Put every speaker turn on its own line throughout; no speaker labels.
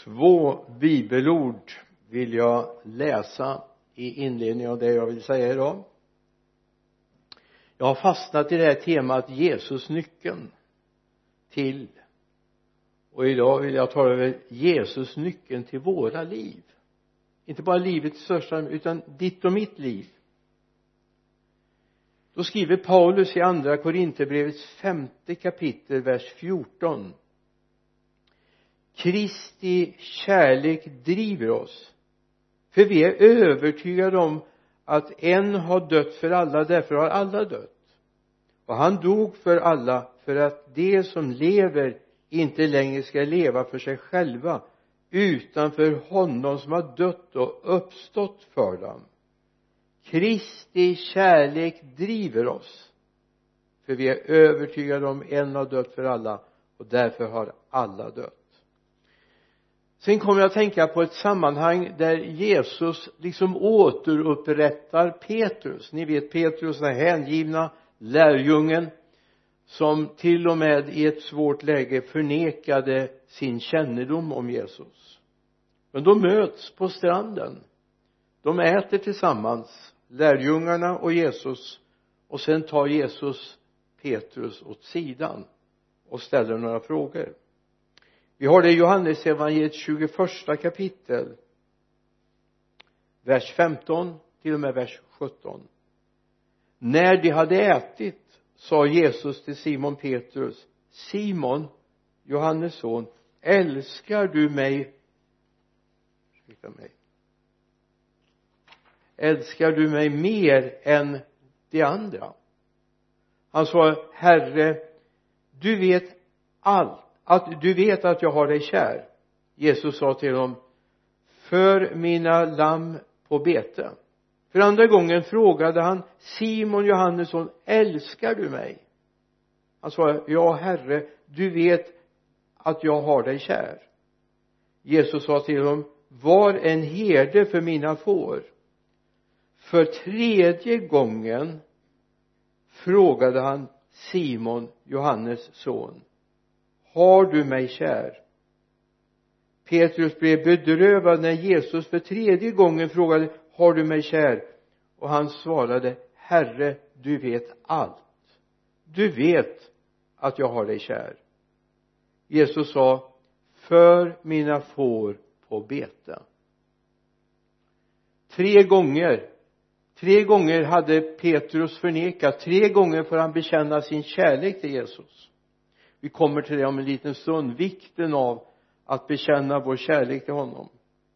2 bibelord vill jag läsa i inledningen av det jag vill säga idag. Jag har fastnat i det här temat Jesus nyckeln till, och idag vill jag tala över Jesus nyckeln till våra liv. Inte bara livet i största, utan ditt och mitt liv. Då skriver Paulus i andra Korinthierbrevets 5:e kapitel, vers 14. Kristi kärlek driver oss, för vi är övertygade om att en har dött för alla, därför har alla dött. Och han dog för alla, för att de som lever inte längre ska leva för sig själva, utan för honom som har dött och uppstått för dem. Kristi kärlek driver oss, för vi är övertygade om en har dött för alla, och därför har alla dött. Sen kommer jag att tänka på ett sammanhang där Jesus liksom återupprättar Petrus. Ni vet Petrus, den hängivna lärjungen som till och med i ett svårt läge förnekade sin kännedom om Jesus. Men de möts på stranden. De äter tillsammans, lärjungarna och Jesus, och sen tar Jesus Petrus åt sidan och ställer några frågor. Vi har det i Johannes evangeliet 21 kapitel, vers 15 till och med vers 17. När de hade ätit sa Jesus till Simon Petrus: Simon, Johannes son, älskar du mig? Älskar du mig mer än de andra? Han sa: Herre, du vet allt, att du vet att jag har dig kär. Jesus sa till dem: för mina lamm på bete. För andra gången frågade han Simon Johannesson: älskar du mig? Han sa: ja, Herre, du vet att jag har dig kär. Jesus sa till dem: var en herde för mina får. För 3:e gången frågade han Simon, Johannes son: har du mig kär? Petrus blev bedrövad när Jesus för 3:e gången frågade: har du mig kär? Och han svarade: Herre, du vet allt. Du vet att jag har dig kär. Jesus sa: för mina får på bete. 3 gånger hade Petrus förnekat. 3 gånger får han bekänna sin kärlek till Jesus. Vi kommer till det om en liten stund, vikten av att bekänna vår kärlek till honom.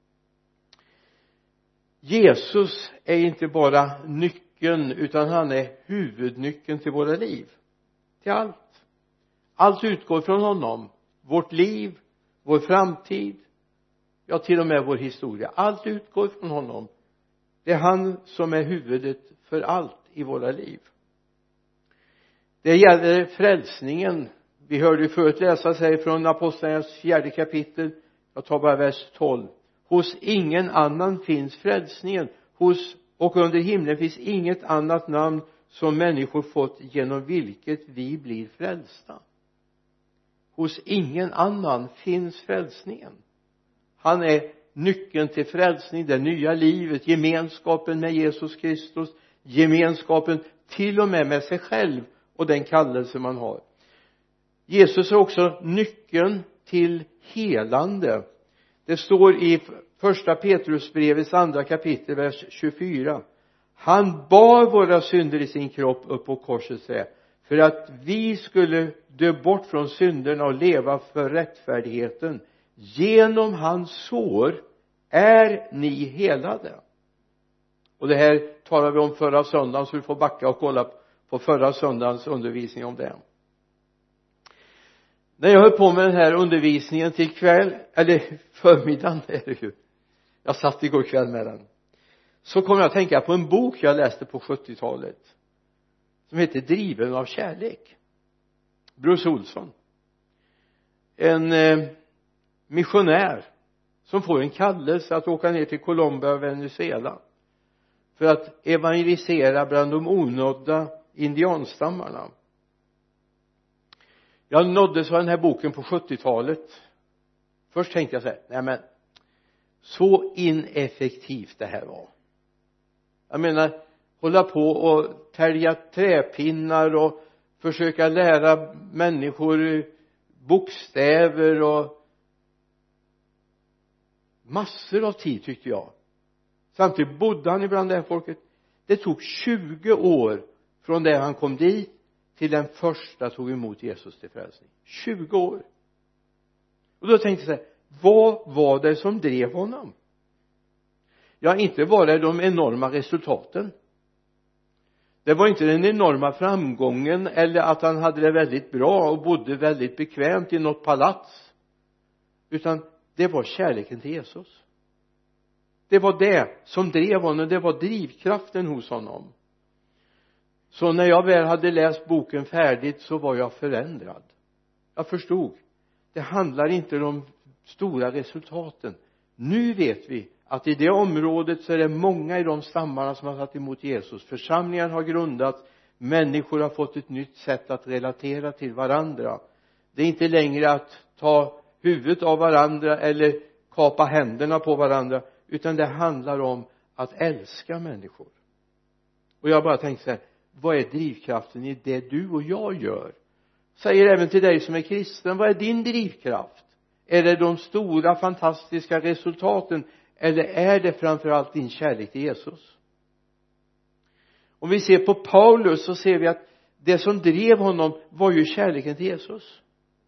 Jesus är inte bara nyckeln, utan han är huvudnyckeln till våra liv. Till allt. Allt utgår från honom. Vårt liv, vår framtid, ja, till och med vår historia. Allt utgår från honom. Det är han som är huvudet för allt i våra liv. Det gäller frälsningen. Vi hörde ju förut läsa sig från Apostlagärningarnas 4:e kapitel. Jag tar bara vers 12. Hos ingen annan finns frälsningen. Och under himlen finns inget annat namn som människor fått genom vilket vi blir frälsta. Hos ingen annan finns frälsningen. Han är nyckeln till frälsning, det nya livet, gemenskapen med Jesus Kristus, gemenskapen till och med sig själv och den kallelse man har. Jesus är också nyckeln till helande. Det står i första Petrusbrevets 2:a kapitel, vers 24. Han bar våra synder i sin kropp upp på korsets trä, för att vi skulle dö bort från synderna och leva för rättfärdigheten. Genom hans sår är ni helade. Och det här talar vi om förra söndagen, så du får backa och kolla på förra söndagens undervisning om det. När jag höll på med den här undervisningen till kväll, eller förmiddagen är det ju, jag satt igår kväll med den, så kom jag att tänka på en bok jag läste på 70-talet som heter Driven av kärlek. Bruce Olsson, en missionär som får en kallelse att åka ner till Colombia och Venezuela för att evangelisera bland de onådda indianstammarna. Jag nåddes av den här boken på 70-talet först tänkte jag så här, nej men så ineffektivt det här var. Jag menar, hålla på och tälja träpinnar och försöka lära människor bokstäver och massor av tid, tyckte jag. Samtidigt bodde han ibland det här folket. Det tog 20 år från det han kom dit till den första tog emot Jesus till frälsning. 20 år. Och då tänkte jag så här, vad var det som drev honom? Ja, inte var det de enorma resultaten. Det var inte den enorma framgången eller att han hade det väldigt bra och bodde väldigt bekvämt i något palats. Utan det var kärleken till Jesus. Det var det som drev honom. Det var drivkraften hos honom. Så när jag väl hade läst boken färdigt så var jag förändrad. Jag förstod. Det handlar inte om de stora resultaten. Nu vet vi att i det området så är det många i de stammarna som har tagit emot Jesus. Församlingen har grundats. Människor har fått ett nytt sätt att relatera till varandra. Det är inte längre att ta huvudet av varandra eller kapa händerna på varandra. Utan det handlar om att älska människor. Och jag bara tänkte så här, vad är drivkraften i det du och jag gör? Säger även till dig som är kristen, vad är din drivkraft? Är det de stora fantastiska resultaten? Eller är det framförallt din kärlek till Jesus? Om vi ser på Paulus så ser vi att det som drev honom var ju kärleken till Jesus.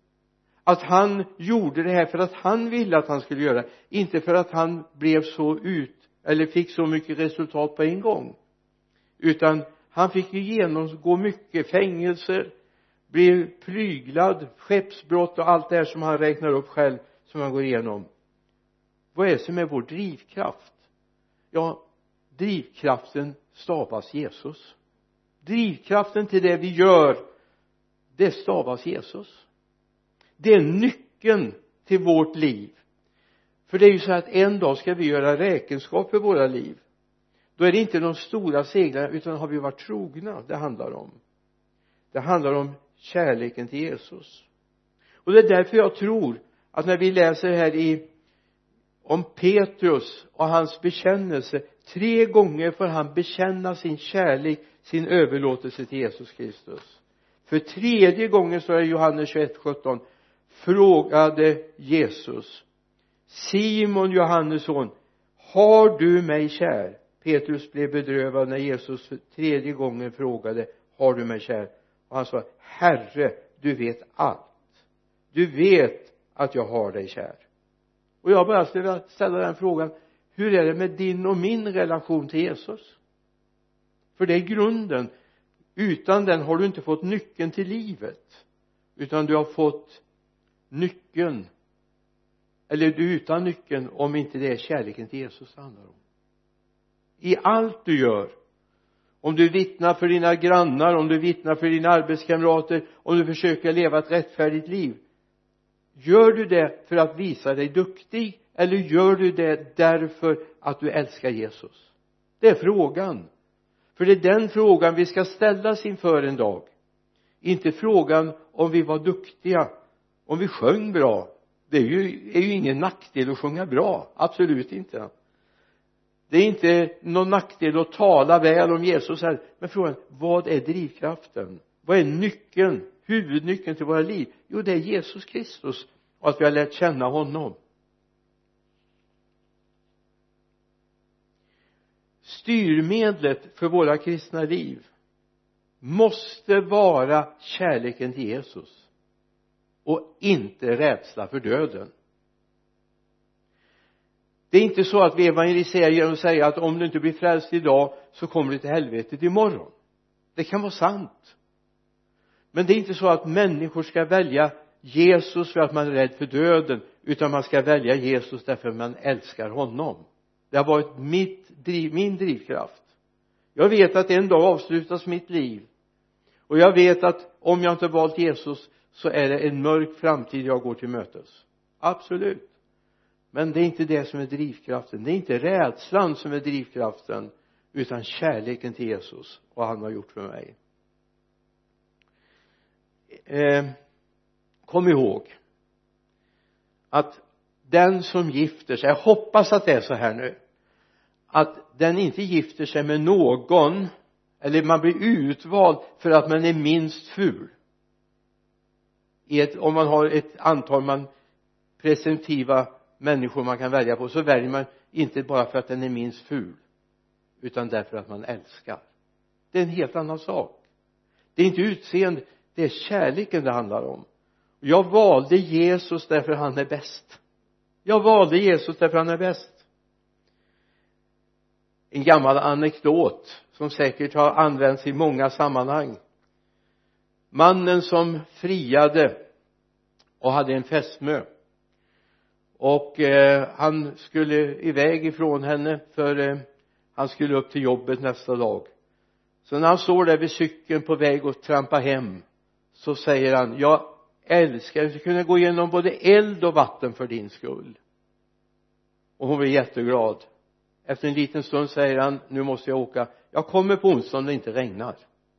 Att han gjorde det här för att han ville att han skulle göra. Inte för att han blev så eller fick så mycket resultat på en gång. Utan han fick ju genomgå mycket fängelser. Blev plyglad, skeppsbrott och allt det här som han räknar upp själv som han går igenom. Vad är det som är vår drivkraft? Ja, drivkraften stavas Jesus. Drivkraften till det vi gör, det stavas Jesus. Det är nyckeln till vårt liv. För det är ju så att en dag ska vi göra räkenskap för våra liv. Då är det inte de stora segrarna utan har vi varit trogna det handlar om. Det handlar om kärleken till Jesus. Och det är därför jag tror att när vi läser här om Petrus och hans bekännelse, 3 gånger får han bekänna sin kärlek, sin överlåtelse till Jesus Kristus. För 3:e gången så är Johannes 21:17 frågade Jesus, Simon Johannes son, har du mig kär? Petrus blev bedrövad när Jesus för 3:e gången frågade, har du mig kär? Och han sa, Herre, du vet allt. Du vet att jag har dig kär. Och jag bara skulle ställa den frågan, hur är det med din och min relation till Jesus? För det är grunden. Utan den har du inte fått nyckeln till livet. Utan du har fått nyckeln. Eller du är utan nyckeln om inte det är kärleken till Jesus det handlar om. I allt du gör. Om du vittnar för dina grannar, om du vittnar för dina arbetskamrater, om du försöker leva ett rättfärdigt liv. Gör du det för att visa dig duktig eller gör du det därför att du älskar Jesus? Det är frågan. För det är den frågan vi ska ställas inför en dag. Inte frågan om vi var duktiga, om vi sjöng bra. Det är ju ingen nackdel att sjunga bra, absolut inte. Det är inte någon nackdel att tala väl om Jesus här. Men frågan, vad är drivkraften? Vad är nyckeln, huvudnyckeln till våra liv? Jo, det är Jesus Kristus och att vi har lärt känna honom. Styrmedlet för våra kristna liv måste vara kärleken till Jesus och inte rädsla för döden. Det är inte så att vi evangeliserar genom att säga att om du inte blir frälst idag så kommer du till helvetet imorgon. Det kan vara sant. Men det är inte så att människor ska välja Jesus för att man är rädd för döden, utan man ska välja Jesus därför att man älskar honom. Det har varit min drivkraft. Jag vet att en dag avslutas mitt liv. Och jag vet att om jag inte valt Jesus så är det en mörk framtid jag går till mötes. Absolut. Men det är inte det som är drivkraften. Det är inte rädslan som är drivkraften, utan kärleken till Jesus och han har gjort för mig. Kom ihåg att den som gifter sig, jag hoppas att det är så här nu, att den inte gifter sig med någon, eller man blir utvald för att man är minst ful. Om man har ett antal presumtiva människor man kan välja på, så väljer man inte bara för att den är minst ful, utan därför att man älskar. Det är en helt annan sak. Det är inte utseende, det är kärleken det handlar om. Jag valde Jesus därför han är bäst. Jag valde Jesus därför han är bäst. En gammal anekdot som säkert har använts i många sammanhang. Mannen som friade och hade en fästmö, och han skulle iväg ifrån henne, för han skulle upp till jobbet nästa dag. Så när han står där vid cykeln på väg att trampa hem, så säger han: jag älskar att kunna gå igenom både eld och vatten för din skull. Och hon blir jätteglad. Efter en liten stund säger han: nu måste jag åka, jag kommer på onsdag om det inte regnar.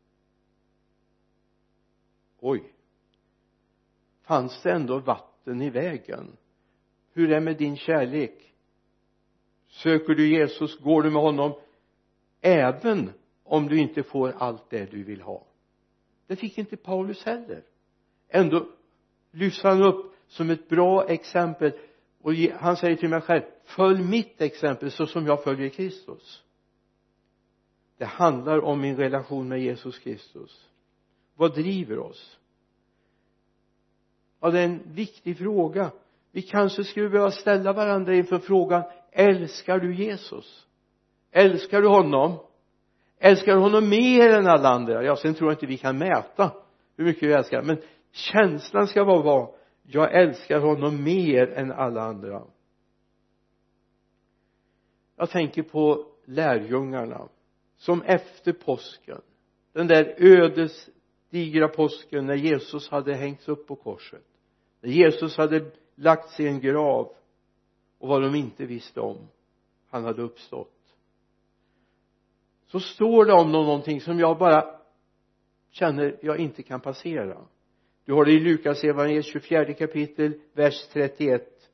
Oj, fanns det ändå vatten i vägen? Hur är det med din kärlek? Söker du Jesus, går du med honom även om du inte får allt det du vill ha? Det fick inte Paulus heller. Ändå lyfter han upp som ett bra exempel, och han säger till mig själv: följ mitt exempel så som jag följer Kristus. Det handlar om min relation med Jesus Kristus. Vad driver oss? Ja, det är en viktig fråga. Vi kanske skulle behöva ställa varandra inför frågan: älskar du Jesus? Älskar du honom? Älskar du honom mer än alla andra? Ja, sen tror jag inte vi kan mäta hur mycket vi älskar, men känslan ska vara: jag älskar honom mer än alla andra. Jag tänker på lärjungarna som efter påsken, den där ödesdigra påsken, när Jesus hade hängts upp på korset, när Jesus hade lagt sig i en grav, och vad de inte visste om, han hade uppstått. Så står det om någonting som jag bara känner jag inte kan passera. Du har det i Lukas evangeliet 24 kapitel, vers 31.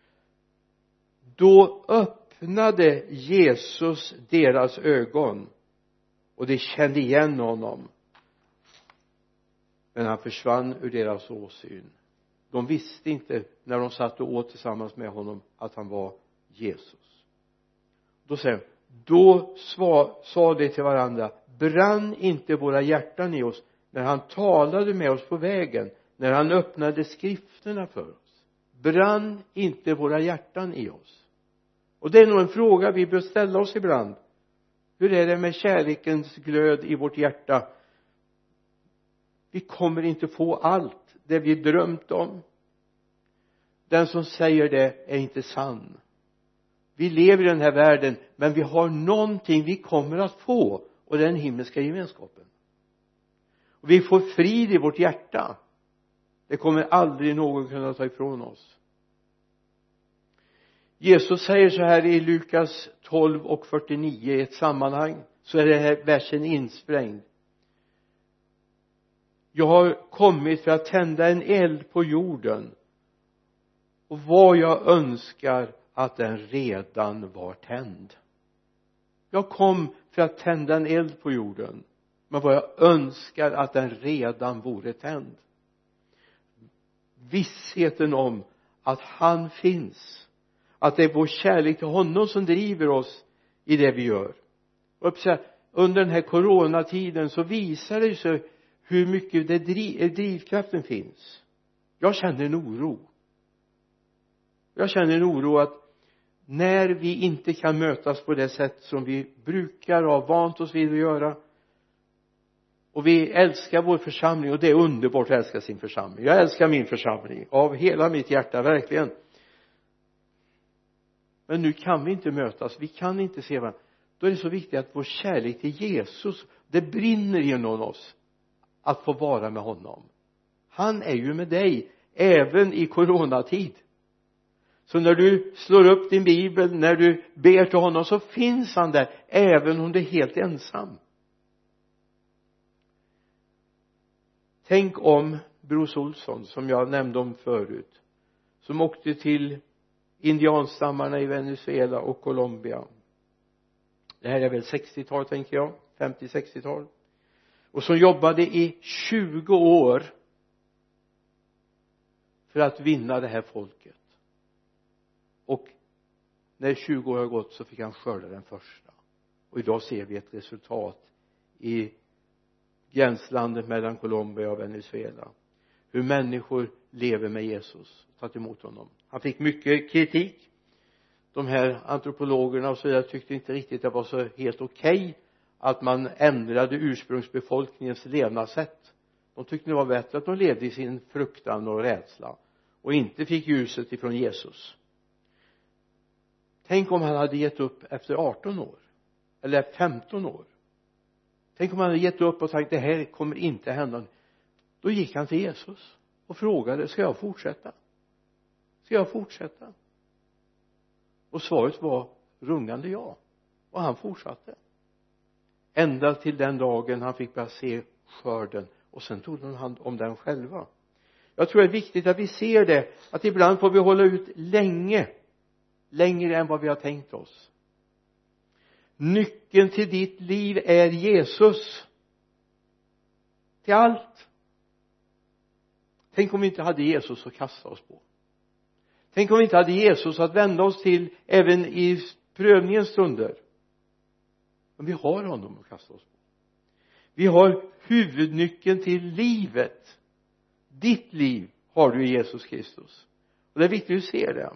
Då öppnade Jesus deras ögon, och de kände igen honom, men han försvann ur deras åsyn. De visste inte när de satt och åt tillsammans med honom att han var Jesus. Då säger han: då sa de till varandra: brann inte våra hjärtan i oss när han talade med oss på vägen, när han öppnade skrifterna för oss? Brann inte våra hjärtan i oss? Och det är nog en fråga vi bör ställa oss ibland. Hur är det med kärlekens glöd i vårt hjärta? Vi kommer inte få allt det vi drömt om. Den som säger det är inte sann. Vi lever i den här världen, men vi har någonting vi kommer att få, och det är den himmelska gemenskapen. Och vi får frid i vårt hjärta. Det kommer aldrig någon kunna ta ifrån oss. Jesus säger så här i Lukas 12 och 49 i ett sammanhang, så är det här versen insprängd: jag har kommit för att tända en eld på jorden, och vad jag önskar att den redan var tänd. Jag kom för att tända en eld på jorden, men vad jag önskar att den redan vore tänd. Vissheten om att han finns, att det är vår kärlek till honom som driver oss i det vi gör. Och under den här coronatiden så visar det sig hur mycket drivkraften finns. Jag känner en oro. Jag känner en oro att när vi inte kan mötas på det sätt som vi brukar ha vant oss vid att göra, och vi älskar vår församling, och det är underbart att älska sin församling. Jag älskar min församling av hela mitt hjärta, verkligen. Men nu kan vi inte mötas, vi kan inte se varandra. Då är det så viktigt att vår kärlek till Jesus, det brinner genom oss att få vara med honom. Han är ju med dig även i coronatid. Så när du slår upp din bibel, när du ber till honom, så finns han där även om du är helt ensam. Tänk om Bruce Olsson, som jag nämnde om förut, som åkte till indianstammarna i Venezuela och Colombia. Det här är väl 60-tal tänker jag, 50-60-tal, och som jobbade i 20 år för att vinna det här folket, och när 20 år har gått så fick han skörda den första, och idag ser vi ett resultat i gränslandet mellan Colombia och Venezuela, hur människor lever med Jesus, tagit emot honom. Han fick mycket kritik. De här antropologerna och så vidare tyckte inte riktigt det var så helt okej att man ändrade ursprungsbefolkningens levnadssätt. De tyckte det var bättre att de levde i sin fruktan och rädsla och inte fick ljuset ifrån Jesus. Tänk om han hade gett upp efter 18 år eller 15 år. Tänk om han hade gett upp och sagt det här kommer inte hända. Då gick han till Jesus och frågade, ska jag fortsätta? Ska jag fortsätta? Och svaret var rungande ja. Och han fortsatte. Ända till den dagen han fick börja se skörden. Och sen tog de hand om den själva. Jag tror det är viktigt att vi ser det. Att ibland får vi hålla ut länge. Längre än vad vi har tänkt oss. Nyckeln till ditt liv är Jesus. Till allt. Tänk om vi inte hade Jesus att kasta oss på. Tänk om vi inte hade Jesus att vända oss till även i prövningens stunder. Men vi har honom att kasta oss på. Vi har huvudnyckeln till livet. Ditt liv har du i Jesus Kristus. Och det är viktigt att se det.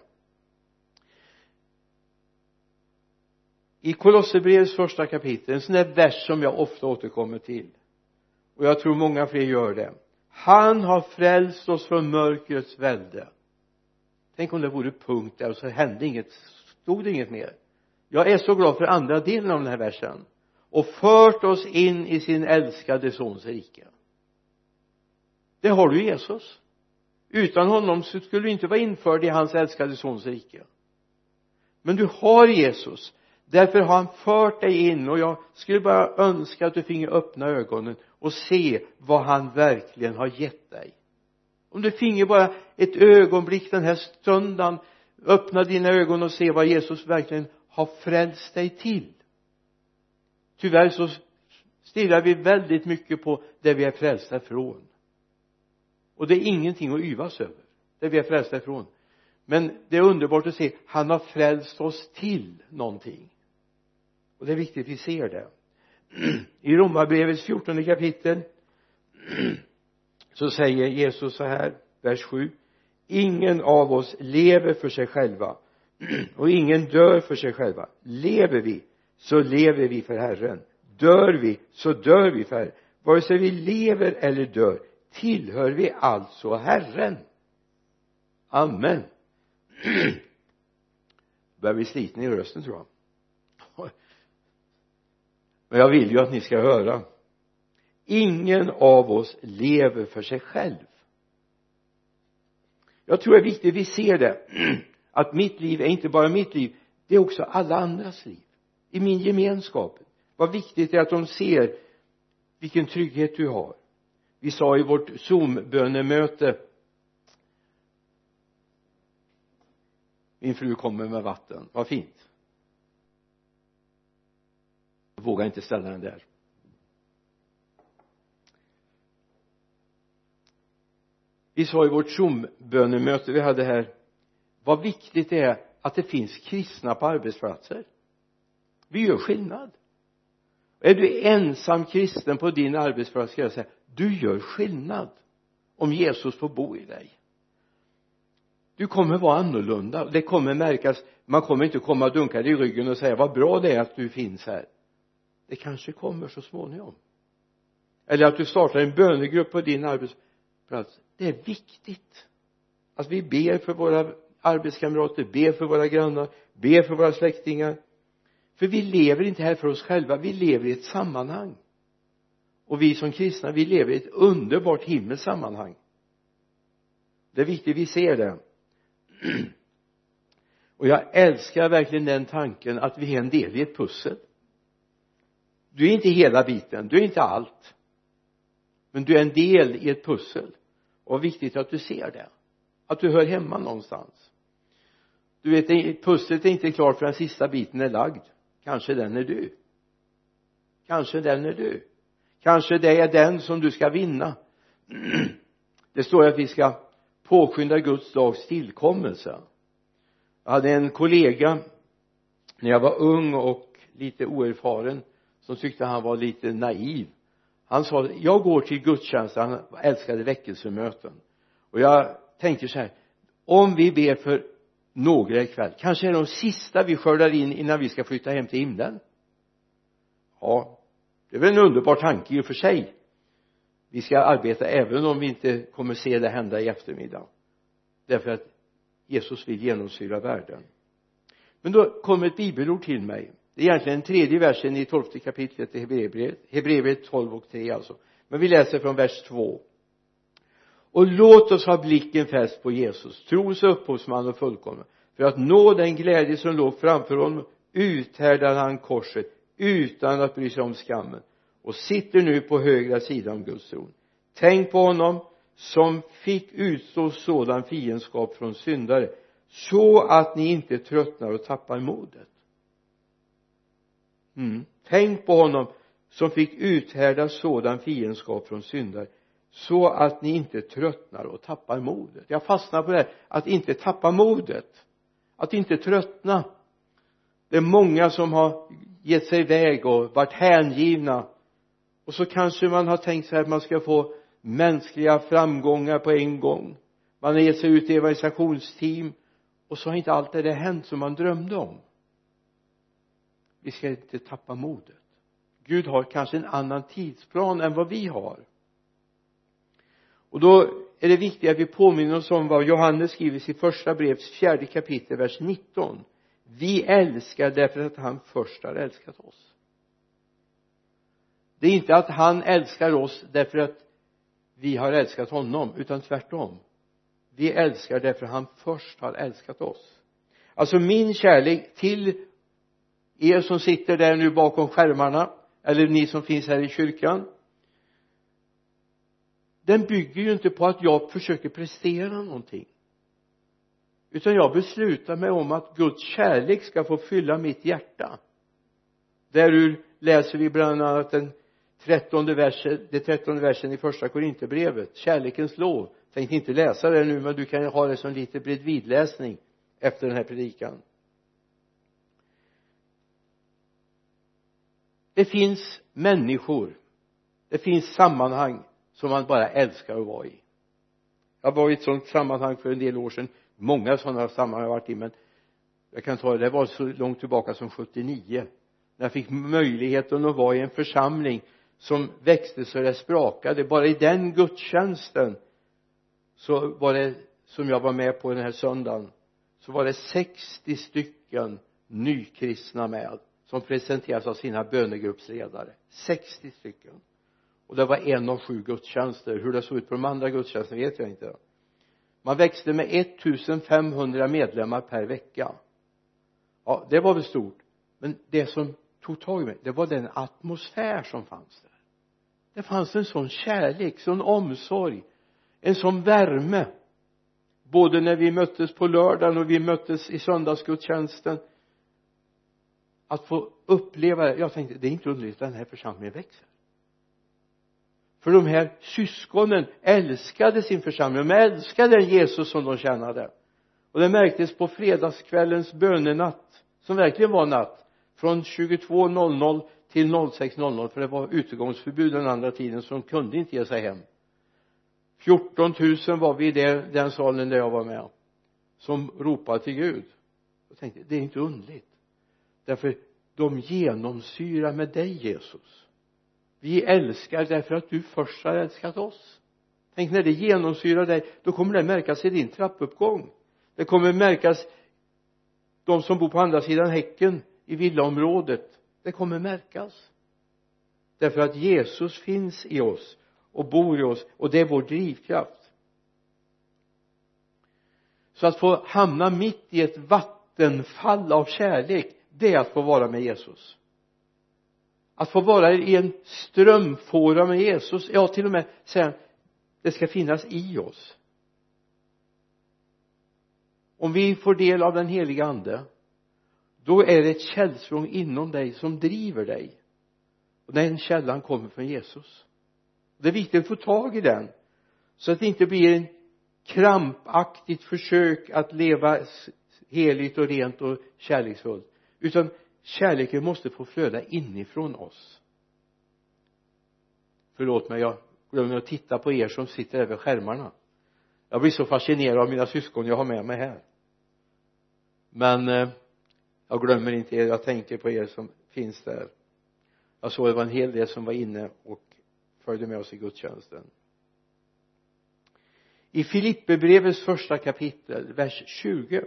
I Kolosserbrevets första kapitel, en sån där vers som jag ofta återkommer till. Och jag tror många fler gör det. Han har frälst oss från mörkrets välde. Tänk om det vore punkt där och så hände inget, stod det inget mer. Jag är så glad för andra delen av den här versen. Och fört oss in i sin älskade sons rike. Det har du Jesus. Utan honom så skulle du inte vara införd i hans älskade sons rike. Men du har Jesus. Därför har han fört dig in, och jag skulle bara önska att du finge öppna ögonen och se vad han verkligen har gett dig. Om du finge bara ett ögonblick den här stunden, öppna dina ögon och se vad Jesus verkligen har frälst dig till. Tyvärr så stirrar vi väldigt mycket på det vi är frälsta ifrån. Och det är ingenting att yvas över, det vi är frälsta ifrån. Men det är underbart att se, han har frälst oss till någonting. Och det är viktigt att vi ser det. I Romarbrevets 14 kapitel så säger Jesus så här, vers 7. Ingen av oss lever för sig själva och ingen dör för sig själva. Lever vi så lever vi för Herren. Dör vi så dör vi för Herren. Vare sig vi lever eller dör tillhör vi alltså Herren. Amen. Börjar bli sliten i rösten tror jag. Men jag vill ju att ni ska höra. Ingen av oss lever för sig själv. Jag tror det är viktigt att vi ser det. Att mitt liv är inte bara mitt liv. Det är också alla andras liv. I min gemenskap. Vad viktigt är att de ser vilken trygghet du har. Vi sa i vårt Zoom-bönemöte. Min fru kommer med vatten. Vad fint. Jag vågar inte ställa den där. Vi sa i vårt Zoom-bönemöte vi hade här. Vad viktigt det är att det finns kristna på arbetsplatser. Vi gör skillnad. Är du ensam kristen på din arbetsplats ska jag säga. Du gör skillnad. Om Jesus får bo i dig. Du kommer vara annorlunda. Det kommer märkas. Man kommer inte komma och dunka dig i ryggen och säga vad bra det är att du finns här. Det kanske kommer så småningom. Eller att du startar en bönegrupp på din arbetsplats. Det är viktigt. Att vi ber för våra arbetskamrater. Ber för våra grannar. Ber för våra släktingar. För vi lever inte här för oss själva. Vi lever i ett sammanhang. Och vi som kristna, vi lever i ett underbart himmelsammanhang. Det är viktigt vi ser det. Och jag älskar verkligen den tanken att vi är en del i ett pussel. Du är inte hela biten, du är inte allt. Men du är en del i ett pussel. Och viktigt att du ser det. Att du hör hemma någonstans. du vet, pusslet är inte klart för den sista biten är lagd. Kanske den är du. Kanske den är du. Kanske det är den som du ska vinna. Det står att vi ska påskynda Guds dags tillkommelse. Jag hade en kollega när jag var ung och lite oerfaren som tyckte han var lite naiv. Han sa, jag går till gudstjänsten, han älskade väckelsemöten. Och jag tänkte så här, om vi ber för några ikväll, kanske är det de sista vi skördar in innan vi ska flytta hem till himlen. Ja, det är väl en underbar tanke i och för sig. Vi ska arbeta även om vi inte kommer se det hända i eftermiddag. Därför att Jesus vill genomsyra världen. Men då kommer ett bibelord till mig. Det är egentligen den 3:e versen i 12:e kapitlet i Hebreerbrevet 12:3 alltså. Men vi läser från vers 2. Och låt oss ha blicken fäst på Jesus, trons upphovsman och fullkomne. För att nå den glädje som låg framför honom uthärdade han korset utan att bry sig om skammen. Och sitter nu på högra sidan om Guds tron. Tänk på honom som fick utstå sådan fiendskap från syndare, så att ni inte tröttnar och tappar modet. Tänk på honom som fick uthärda sådan fiendskap från syndare, så att ni inte tröttnar och tappar modet. Jag fastnar på det här, att inte tappa modet, att inte tröttna. Det är många som har gett sig iväg och varit hängivna, och så kanske man har tänkt sig att man ska få mänskliga framgångar på en gång. Man har gett sig ut i evangelisationsteam, och så har inte allt det hänt som man drömde om. Vi ska inte tappa modet. Gud har kanske en annan tidsplan än vad vi har. Och då är det viktigt att vi påminner oss om vad Johannes skriver i sitt första brevs 4:e kapitel, vers 19. Vi älskar därför att han först har älskat oss. Det är inte att han älskar oss därför att vi har älskat honom, utan tvärtom. Vi älskar därför att han först har älskat oss. Alltså min kärlek till er som sitter där nu bakom skärmarna, eller ni som finns här i kyrkan, den bygger ju inte på att jag försöker prestera någonting, utan jag beslutar mig om att Guds kärlek ska få fylla mitt hjärta. Därur läser vi bland annat det 13:e versen i första Korinthierbrevet, kärlekens lov. Tänkte inte läsa det nu, men du kan ha det som lite bredvidläsning efter den här predikan. Det finns människor, det finns sammanhang som man bara älskar att vara i. Jag var i ett sådant sammanhang för en del år sedan. Många sådana sammanhang har jag varit i, men jag kan ta det var så långt tillbaka som 79. När jag fick möjligheten att vara i en församling som växte så det sprakade. Bara i den gudstjänsten så var det, som jag var med på den här söndagen, så var det 60 stycken nykristna med, som presenteras av sina bönegruppsledare. 60 stycken. Och det var 1 av 7 gudstjänster. Hur det såg ut på de andra gudstjänsterna vet jag inte. Man växte med 1500 medlemmar per vecka. Ja, det var väl stort. Men det som tog tag i mig, det var den atmosfär som fanns där. Det fanns en sån kärlek, sån omsorg, en sån värme. Både när vi möttes på lördagen och vi möttes i söndagsgudstjänsten. Att få uppleva det. Jag tänkte, det är inte underligt att den här församlingen växer. För de här syskonen älskade sin församling. De älskade den Jesus som de tjänade. Och det märktes på fredagskvällens bönenatt, som verkligen var natt, från 22:00 till 06:00, för det var utegångsförbud den andra tiden, så de kunde inte ge sig hem. 14 000 var vi i den salen där jag var med, som ropade till Gud. Jag tänkte, det är inte underligt. Därför de genomsyrar med dig, Jesus. Vi älskar därför att du först har älskat oss. Tänk, när det genomsyrar dig, då kommer det märkas i din trappuppgång. Det kommer märkas, de som bor på andra sidan häcken i villaområdet, det kommer märkas. Därför att Jesus finns i oss och bor i oss, och det är vår drivkraft. Så att få hamna mitt i ett vattenfall av kärlek, det är att få vara med Jesus. Att få vara i en strömfåra med Jesus. Ja, till och med säga, det ska finnas i oss. om vi får del av den heliga ande, då är det ett källsprång inom dig som driver dig, och den källan kommer från Jesus. Det är viktigt att få tag i den, så att det inte blir en krampaktigt försök att leva heligt och rent och kärleksfullt, utan kärleken måste få flöda inifrån oss. Förlåt mig, jag glömmer att titta på er som sitter över skärmarna. Jag blir så fascinerad av mina syskon jag har med mig här, men jag glömmer inte er, jag tänker på er som finns där. Jag såg det var en hel del som var inne och följde med oss i gudstjänsten. I Filipperbrevets första kapitel, vers 20.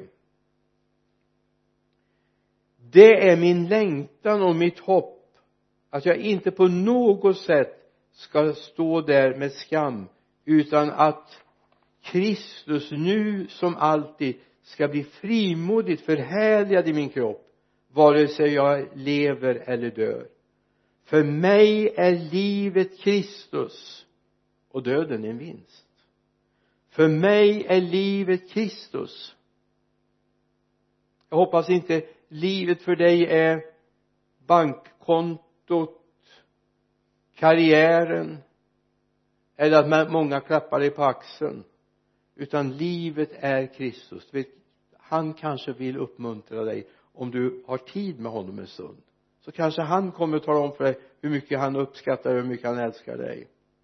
Det är min längtan och mitt hopp att jag inte på något sätt ska stå där med skam, utan att Kristus nu som alltid ska bli frimodigt förhärligad i min kropp, vare sig jag lever eller dör. För mig är livet Kristus och döden en vinst. För mig är livet Kristus. Jag hoppas inte livet för dig är bankkontot, karriären, eller att många klappar dig på axeln, utan livet är Kristus. Han kanske vill uppmuntra dig, om du har tid med honom en stund, så kanske han kommer att tala om för dig hur mycket han uppskattar och hur mycket han älskar dig.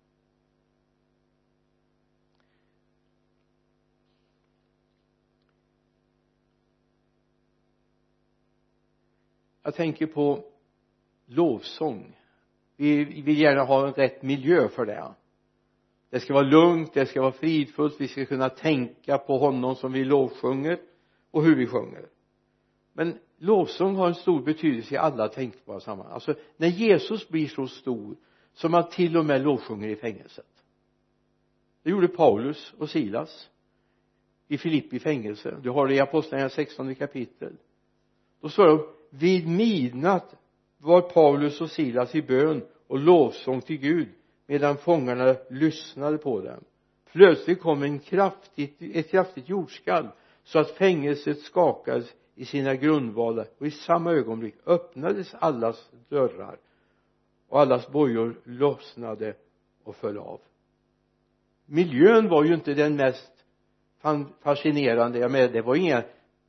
Jag tänker på lovsång. Vi vill gärna ha en rätt miljö för det. Det ska vara lugnt, det ska vara fridfullt, vi ska kunna tänka på honom som vi lovsjunger och hur vi sjunger. Men lovsång har en stor betydelse i alla tänkbara sammanhang. Alltså när Jesus blir så stor som man till och med lovsjunger i fängelset. Det gjorde Paulus och Silas i Filippi fängelse. Du har det i Apostlagärningarna 16 kapitel. Då står det: vid midnatt var Paulus och Silas i bön och lovsång till Gud, medan fångarna lyssnade på dem. Plötsligt kom ett kraftigt jordskalv, så att fängelset skakades i sina grundvalar, och i samma ögonblick öppnades allas dörrar och allas bojor lossnade och föll av. Miljön var ju inte den mest fascinerande. Jag menar, det var inga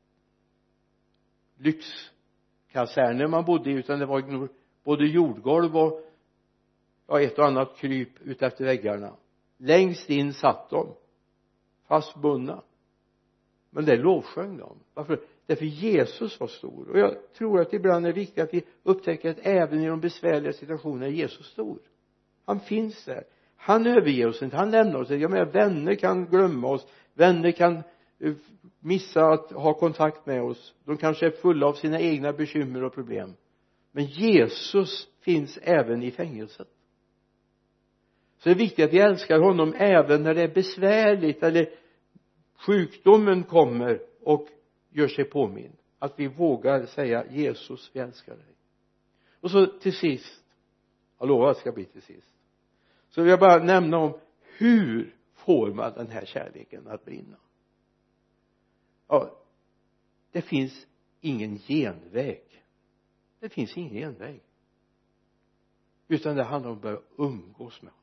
lyxkaserner man bodde i, utan det var både jordgolv och ett och annat kryp ut efter väggarna. Längst in satt de fastbundna, men det lovsjöng de. Varför? Därför Jesus var stor. Och jag tror att ibland är det viktigt att vi upptäcker att även i de besvärliga situationerna är Jesus stor. Han finns där. Han överger oss inte, han lämnar oss. Jag menar, vänner kan glömma oss, vänner kan missa att ha kontakt med oss, de kanske är fulla av sina egna bekymmer och problem, men Jesus finns även i fängelset. Så det är viktigt att vi älskar honom även när det är besvärligt, eller sjukdomen kommer och gör sig påmind, att vi vågar säga: Jesus, vi älskar dig. Och så till sist, jag lovar att det ska bli till sist, så vill jag bara nämna om hur får man den här kärleken att brinna. Ja, det finns ingen genväg. Det finns ingen genväg. Utan det handlar om att börja umgås med honom.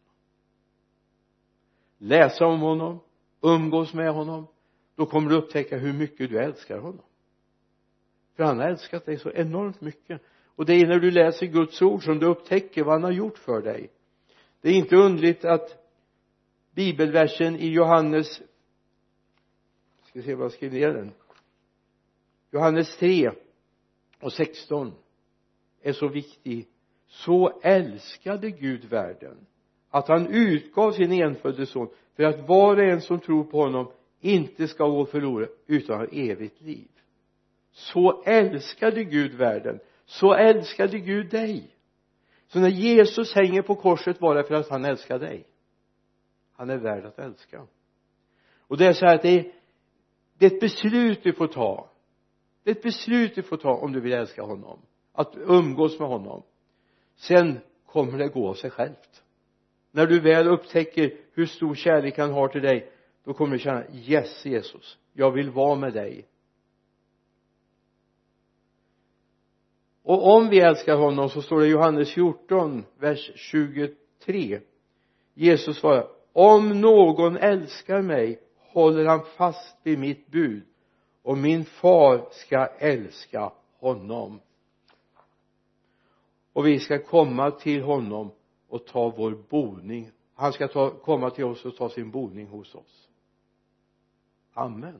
Läsa om honom, umgås med honom. Då kommer du upptäcka hur mycket du älskar honom. För han har älskat dig så enormt mycket. Och det är när du läser Guds ord som du upptäcker vad han har gjort för dig. Det är inte underligt att bibelversen i Johannes, ska se vad jag skriver ner den, Johannes 3 och 16 är så viktig. Så älskade Gud världen att han utgav sin enfödde son, för att var och en som tror på honom inte ska gå förlorad utan ha evigt liv. Så älskade Gud världen, så älskade Gud dig. Så när Jesus hänger på korset var det för att han älskar dig. Han är värd att älska. Och det är så här att det är ett beslut du får ta. Det är ett beslut du får ta om du vill älska honom, att umgås med honom. Sen kommer det gå av sig självt. När du väl upptäcker hur stor kärlek han har till dig, då kommer du känna: yes Jesus, jag vill vara med dig. Och om vi älskar honom, så står det i Johannes 14 vers 23. Jesus svarar: om någon älskar mig håller han fast vid mitt bud, och min far ska älska honom, och vi ska komma till honom och ta vår boning. Han ska komma till oss och ta sin boning hos oss. Amen.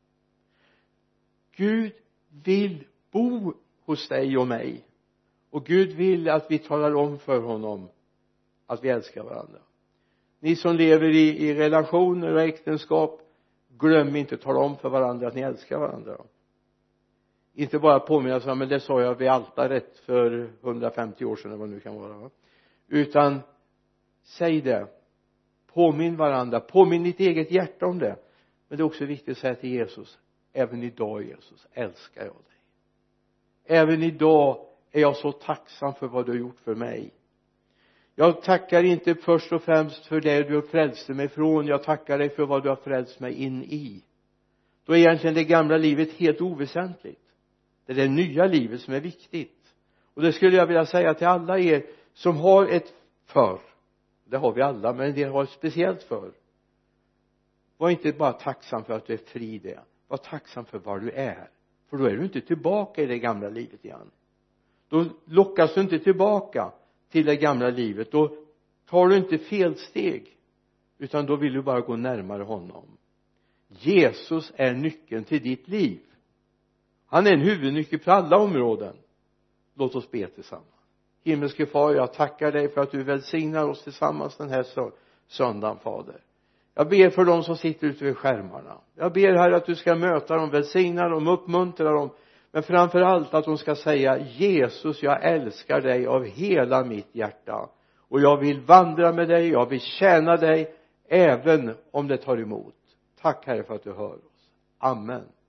Gud vill bo hos dig och mig, och Gud vill att vi talar om för honom att vi älskar varandra. Ni som lever i relationer och äktenskap, glöm inte att tala om för varandra att ni älskar varandra. Inte bara påminna sig, men det sa jag vid altaret för 150 år sedan, vad det nu kan vara, utan säg det, påminn varandra, påminn ditt eget hjärta om det. Men det är också viktigt att säga till Jesus: även idag, Jesus, älskar jag dig. Även idag är jag så tacksam för vad du har gjort för mig. Jag tackar inte först och främst för det du har frälst mig från, jag tackar dig för vad du har frälst mig in i. Då är egentligen det gamla livet helt oväsentligt. Det är det nya livet som är viktigt. Och det skulle jag vilja säga till alla er som har ett förr. Det har vi alla, men en del har ett speciellt förr. Var inte bara tacksam för att du är fri det. Var tacksam för var du är. För då är du inte tillbaka i det gamla livet igen. Då lockas du inte tillbaka till det gamla livet. Då tar du inte felsteg, utan då vill du bara gå närmare honom. Jesus är nyckeln till ditt liv. Han är en huvudnyckel på alla områden. Låt oss be tillsammans. Himmelske far, jag tackar dig för att du välsignar oss tillsammans den här söndagen, Fader. Jag ber för dem som sitter ute vid skärmarna. Jag ber här att du ska möta dem, välsigna dem, uppmuntra dem. Men framför allt att de ska säga: Jesus, jag älskar dig av hela mitt hjärta. Och jag vill vandra med dig, jag vill tjäna dig, även om det tar emot. Tack Herre för att du hör oss. Amen.